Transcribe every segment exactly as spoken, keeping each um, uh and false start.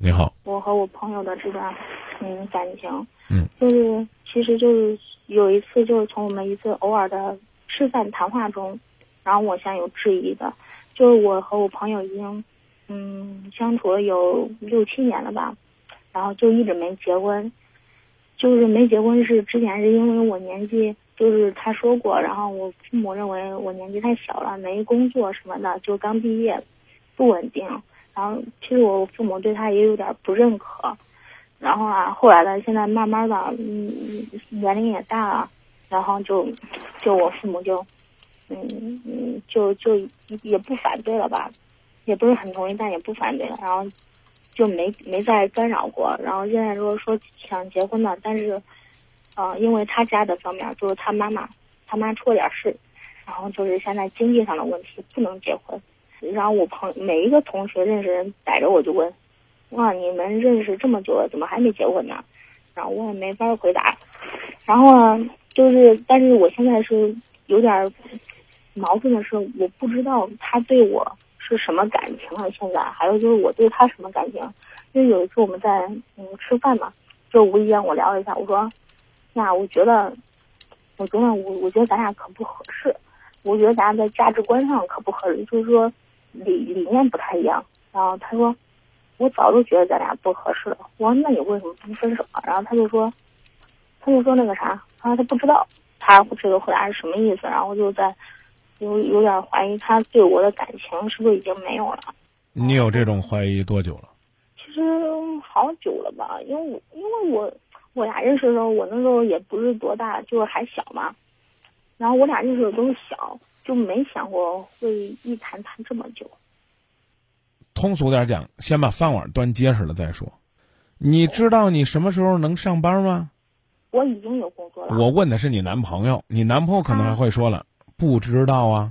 你好。 我和我朋友的这段嗯感情， 嗯， 就是其实就是有一次，就是从我们一次偶尔的吃饭谈话中，然后我先有质疑的，就是我和我朋友已经嗯相处了有六七年了吧，然后就一直没结婚，就是没结婚是之前是因为我年纪，就是他说过，然后我父母认为我年纪太小了，没工作什么的，就刚毕业，不稳定。然后其实我父母对他也有点不认可，然后啊，后来呢，现在慢慢的，嗯，年龄也大了，然后就，就我父母就，嗯嗯，就就也不反对了吧，也不是很同意，但也不反对了，然后就没没再干扰过。然后现在如果说想结婚呢，但是，呃，因为他家的方面，就是他妈妈，他妈出了点事，然后就是现在经济上的问题不能结婚。然后我朋每一个同学认识人逮着我就问，哇，你们认识这么久了，怎么还没结婚呢？然后我也没法回答。然后呢，就是但是我现在是有点矛盾的是，我不知道他对我是什么感情了。现在还有就是我对他什么感情？因为有一次我们在嗯吃饭嘛，就无意间我聊了一下，我说，呀，我觉得，我觉得我我觉得咱俩可不合适，我觉得咱俩在价值观上可不合适，就是说。理理念不太一样，然后他说，我早就觉得咱俩不合适了。我说那你为什么不分手啊？然后他就说，他就说那个啥，他他不知道他这个回答是什么意思，然后就在有有点怀疑他对我的感情是不是已经没有了。 你有这种怀疑多久了？ 其实好久了吧，因为我因为我我俩认识的时候，我那时候也不是多大，就是还小嘛，然后我俩认识的都是小。就没想过会一谈谈这么久。 通俗点讲，先把饭碗端结实了再说。你知道你什么时候能上班吗？ 我已经有工作了。 我问的是你男朋友，你男朋友可能还会说了，啊、不知道啊。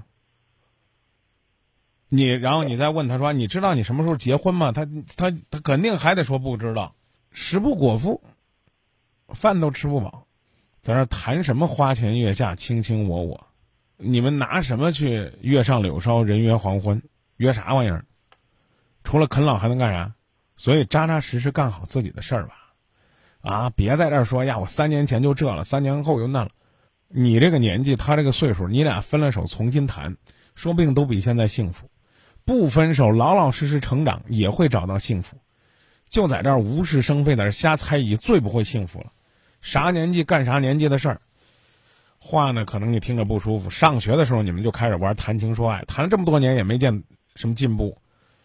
你然后你再问他说，你知道你什么时候结婚吗？他他他肯定还得说不知道。食不果腹，饭都吃不饱，在那谈什么花前月下，卿卿我我。你们拿什么去月上柳梢人约黄昏？约啥玩意儿？除了啃老还能干啥？所以扎扎实实干好自己的事儿吧。啊，别在这儿说呀，我三年前就这了，三年后又那了。你这个年纪，他这个岁数，你俩分了手重新谈，说不定都比现在幸福。不分手，老老实实成长，也会找到幸福。就在这儿无事生非，在这瞎猜疑，最不会幸福了。啥年纪干啥年纪的事儿。话呢，可能你听着不舒服。上学的时候你们就开始玩谈情说爱，谈了这么多年也没见什么进步，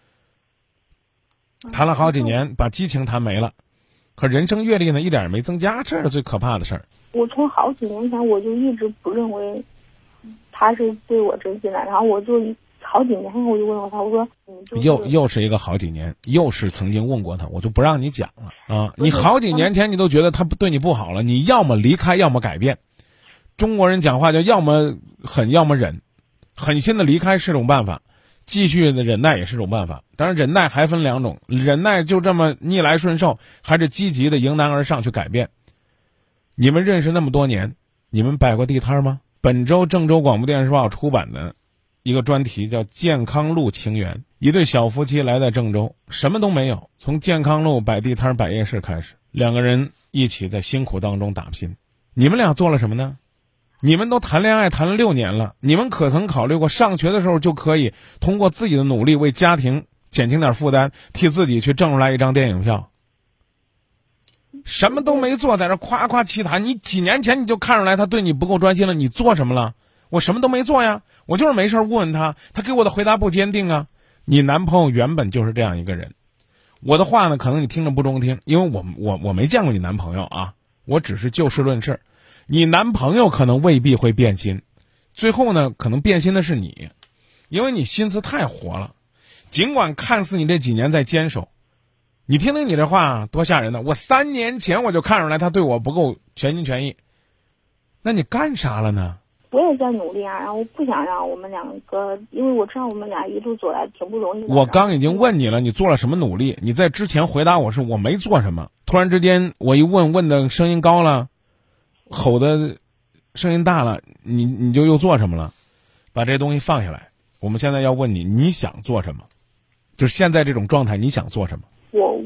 谈了好几年，把激情谈没了，可人生阅历呢一点也没增加，这是最可怕的事儿。 我从好几年前我就一直不认为他是对我真心的，然后我就好几年后我就问过他，我说你就是又又是一个好几年，又是曾经问过他，我就不让你讲了啊！你好几年前你都觉得他对你不好了，你要么离开，要么改变。中国人讲话叫要么狠，要么忍，狠心的离开是种办法，继续的忍耐也是种办法。当然，忍耐还分两种，忍耐就这么逆来顺受，还是积极的迎难而上去改变。你们认识那么多年，你们摆过地摊吗？本周郑州广播电视报出版的一个专题叫《健康路情缘》，一对小夫妻来在郑州，什么都没有，从健康路摆地摊摆夜市开始，两个人一起在辛苦当中打拼。你们俩做了什么呢？你们都谈恋爱谈了六年了，你们可曾考虑过上学的时候就可以通过自己的努力为家庭减轻点负担，替自己去挣出来一张电影票？什么都没做，在这夸夸其谈。你几年前你就看出来他对你不够专心了，你做什么了？我什么都没做呀，我就是没事问问他，他给我的回答不坚定啊。你男朋友原本就是这样一个人。我的话呢，可能你听着不中听，因为我我我没见过你男朋友啊，我只是就事论事。你男朋友可能未必会变心，最后呢，可能变心的是你，因为你心思太活了。尽管看似你这几年在坚守，你听听你这话多吓人呢！我三年前我就看出来他对我不够全心全意，那你干啥了呢？ 我也在努力啊，然后我不想让我们两个，因为我知道我们俩一路走来挺不容易的。 我刚已经问你了，你做了什么努力？你在之前回答我是我没做什么，突然之间我一问，问的声音高了。吼的声音大了，你你就又做什么了？把这东西放下来。我们现在要问你，你想做什么？就是现在这种状态，你想做什么？ 我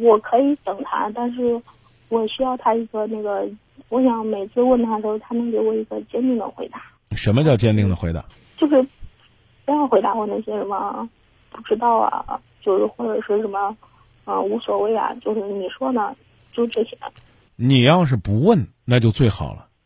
我可以等他，但是我需要他一个那个，我想每次问他的时候，他能给我一个坚定的回答。 什么叫坚定的回答？ 就是不要回答我那些什么不知道啊，就是或者是什么，呃，无所谓啊，就是你说呢，就这些。 你要是不问，那就最好了。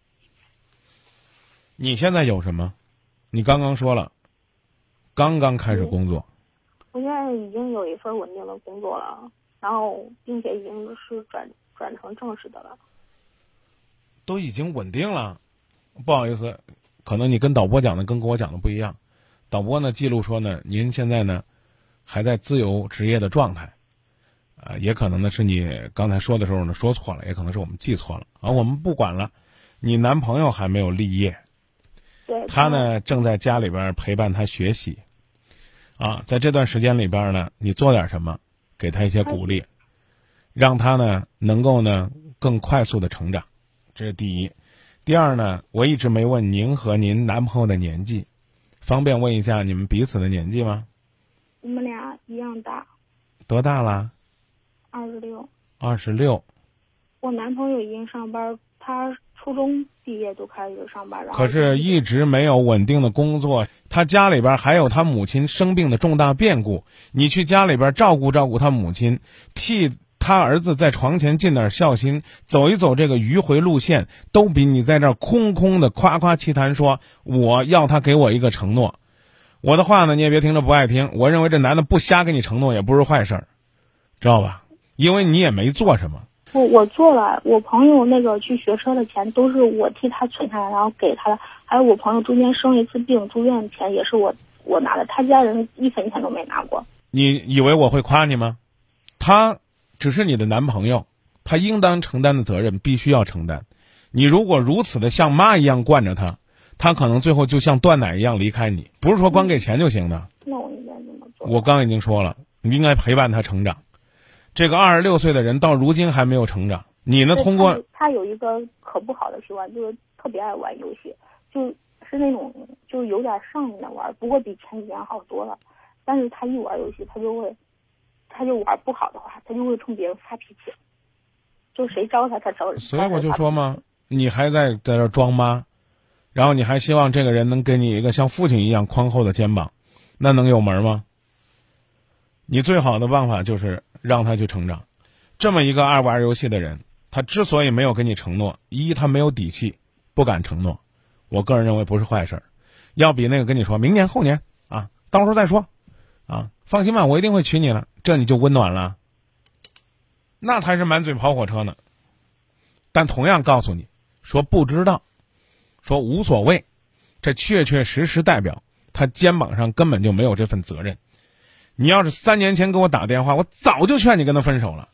你现在有什么？你刚刚说了，刚刚开始工作。 我现在已经有一份稳定的工作了，然后并且已经是转转成正式的了。 都已经稳定了，不好意思，可能你跟导播讲的跟跟我讲的不一样。导播呢记录说呢，您现在呢还在自由职业的状态，啊、呃，也可能呢是你刚才说的时候呢说错了，也可能是我们记错了啊。我们不管了，你男朋友还没有立业， 对， 他呢正在家里边陪伴他学习，啊，在这段时间里边呢，你做点什么，给他一些鼓励，让他呢能够呢更快速的成长，这是第一。第二呢，我一直没问您和您男朋友的年纪，方便问一下你们彼此的年纪吗？ 我们俩一样大。 多大了？ 二十六。 二十六。 我男朋友已经上班，他初中毕业就开始上班，然后可是一直没有稳定的工作，他家里边还有他母亲生病的重大变故，你去家里边照顾照顾他母亲，替他儿子在床前尽点孝心，走一走这个迂回路线，都比你在这儿空空的夸夸其谈说我要他给我一个承诺。我的话呢你也别听着不爱听，我认为这男的不瞎给你承诺也不是坏事儿，知道吧？因为你也没做什么。 我我做了，我朋友那个去学车的钱都是我替他存下来，然后给他的。还有我朋友中间生一次病住院的钱也是我我拿的，他家人一分钱都没拿过。 你以为我会夸你吗？他只是你的男朋友，他应当承担的责任必须要承担。你如果如此的像妈一样惯着他，他可能最后就像断奶一样离开你。不是说光给钱就行的。 那我应该怎么做？ 我刚已经说了，你应该陪伴他成长。这个二十六岁的人到如今还没有成长，你呢？通过他有一个可不好的习惯，就是特别爱玩游戏，就是那种就有点上瘾的玩，不过比前几年好多了。但是他一玩游戏，他就会，他就玩不好的话，他就会冲别人发脾气，就谁招他，他招人。 所以我就说嘛，你还在在这装妈，然后你还希望这个人能给你一个像父亲一样宽厚的肩膀，那能有门吗？你最好的办法就是让他去成长。这么一个爱玩游戏的人，他之所以没有跟你承诺，一他没有底气，不敢承诺，我个人认为不是坏事，要比那个跟你说明年后年啊，到时候再说啊，放心吧，我一定会娶你了，这你就温暖了，那才是满嘴跑火车呢。但同样告诉你说不知道，说无所谓，这确确实实代表他肩膀上根本就没有这份责任。你要是三年前给我打电话，我早就劝你跟他分手了。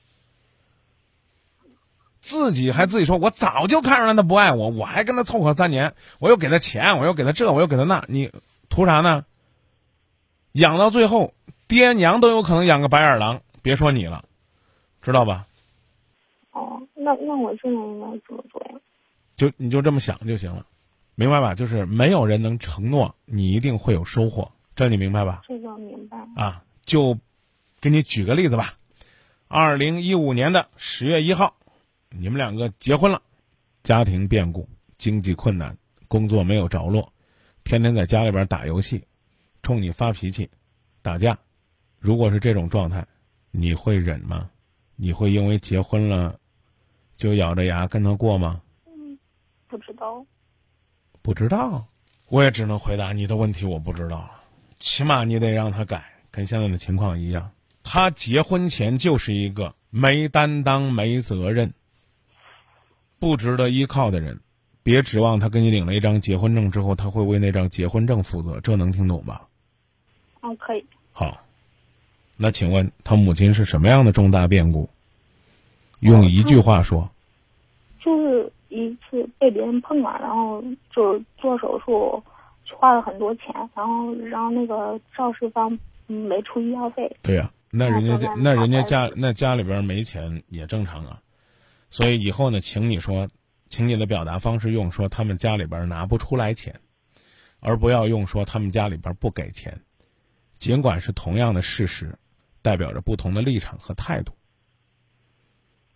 自己还自己说我早就看出来他不爱我，我还跟他凑合三年，我又给他钱，我又给他这，我又给他那，你图啥呢？养到最后爹娘都有可能养个白眼狼，别说你了，知道吧？ 哦，那那我现在应该怎么做呀？ 就你就这么想就行了，明白吧？就是没有人能承诺你一定会有收获，这你明白吧？ 这个明白啊。就给你举个例子吧，二零一五年的十月一号，你们两个结婚了，家庭变故，经济困难，工作没有着落，天天在家里边打游戏，冲你发脾气，打架。如果是这种状态，你会忍吗？你会因为结婚了就咬着牙跟他过吗？ 嗯，不知道。 不知道，我也只能回答你的问题，我不知道了。起码你得让他改。跟现在的情况一样，他结婚前就是一个没担当、没责任、不值得依靠的人。别指望他给你领了一张结婚证之后，他会为那张结婚证负责，这能听懂吧？ 嗯，可以。 好，那请问他母亲是什么样的重大变故？用一句话说， 就是一次被别人碰了，然后就做手术，花了很多钱，然后然后那个肇事方。嗯，没出医药费。 对呀、啊，那人家家那人家家那家里边没钱也正常啊，所以以后呢，请你说，请你的表达方式用说他们家里边拿不出来钱，而不要用说他们家里边不给钱，尽管是同样的事实，代表着不同的立场和态度，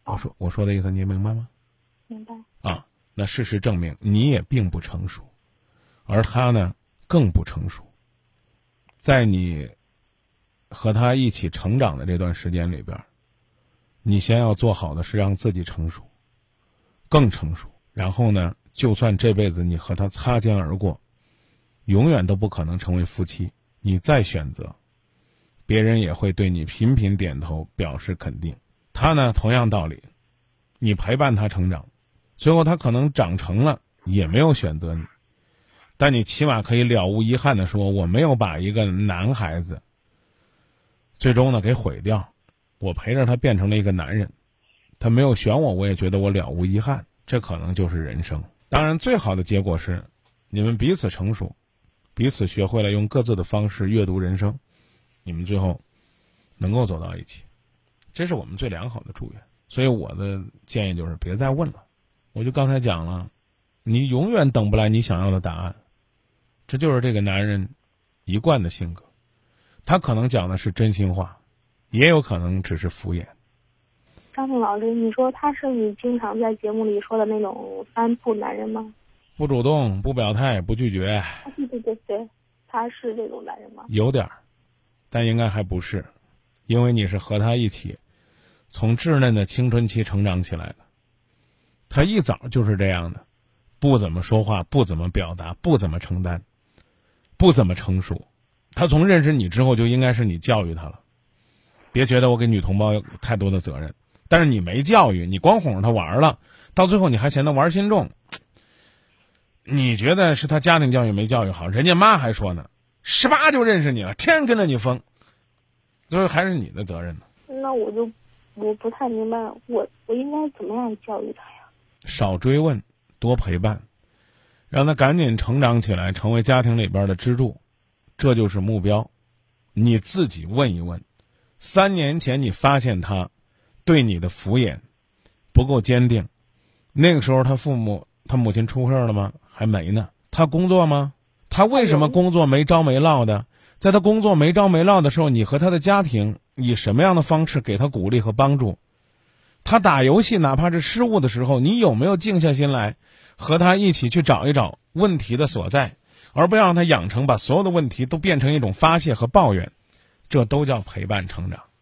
我说我说的意思你明白吗？ 明白。 啊，那事实证明你也并不成熟，而他呢更不成熟。在你和他一起成长的这段时间里边，你先要做好的是让自己成熟，更成熟。然后呢，就算这辈子你和他擦肩而过，永远都不可能成为夫妻，你再选择，别人也会对你频频点头表示肯定。他呢，同样道理，你陪伴他成长，最后他可能长成了也没有选择你，但你起码可以了无遗憾地说，我没有把一个男孩子最终呢给毁掉，我陪着他变成了一个男人，他没有选我，我也觉得我了无遗憾，这可能就是人生。当然最好的结果是你们彼此成熟，彼此学会了用各自的方式阅读人生，你们最后能够走到一起，这是我们最良好的祝愿。所以我的建议就是别再问了，我就刚才讲了，你永远等不来你想要的答案，这就是这个男人一贯的性格。他可能讲的是真心话，也有可能只是敷衍。 张静老师，你说他是你经常在节目里说的那种三不男人吗？ 不主动，不表态，不拒绝。 对对对对，他是这种男人吗？ 有点儿，但应该还不是，因为你是和他一起从稚嫩的青春期成长起来的。他一早就是这样的，不怎么说话，不怎么表达，不怎么承担，不怎么成熟。他从认识你之后就应该是你教育他了，别觉得我给女同胞有太多的责任，但是你没教育，你光哄着他玩了，到最后你还嫌他玩心重，你觉得是他家庭教育没教育好，人家妈还说呢，十八就认识你了，天天跟着你疯，最后还是你的责任呢。 那我就我不太明白，我我应该怎么样教育他呀？ 少追问，多陪伴，让他赶紧成长起来，成为家庭里边的支柱，这就是目标。你自己问一问，三年前你发现他对你的敷衍不够坚定，那个时候他父母他母亲出事了吗？还没呢。他工作吗？他为什么工作没着没落的？在他工作没着没落的时候，你和他的家庭以什么样的方式给他鼓励和帮助？他打游戏哪怕是失误的时候，你有没有静下心来和他一起去找一找问题的所在，而不要让他养成把所有的问题都变成一种发泄和抱怨，这都叫陪伴成长。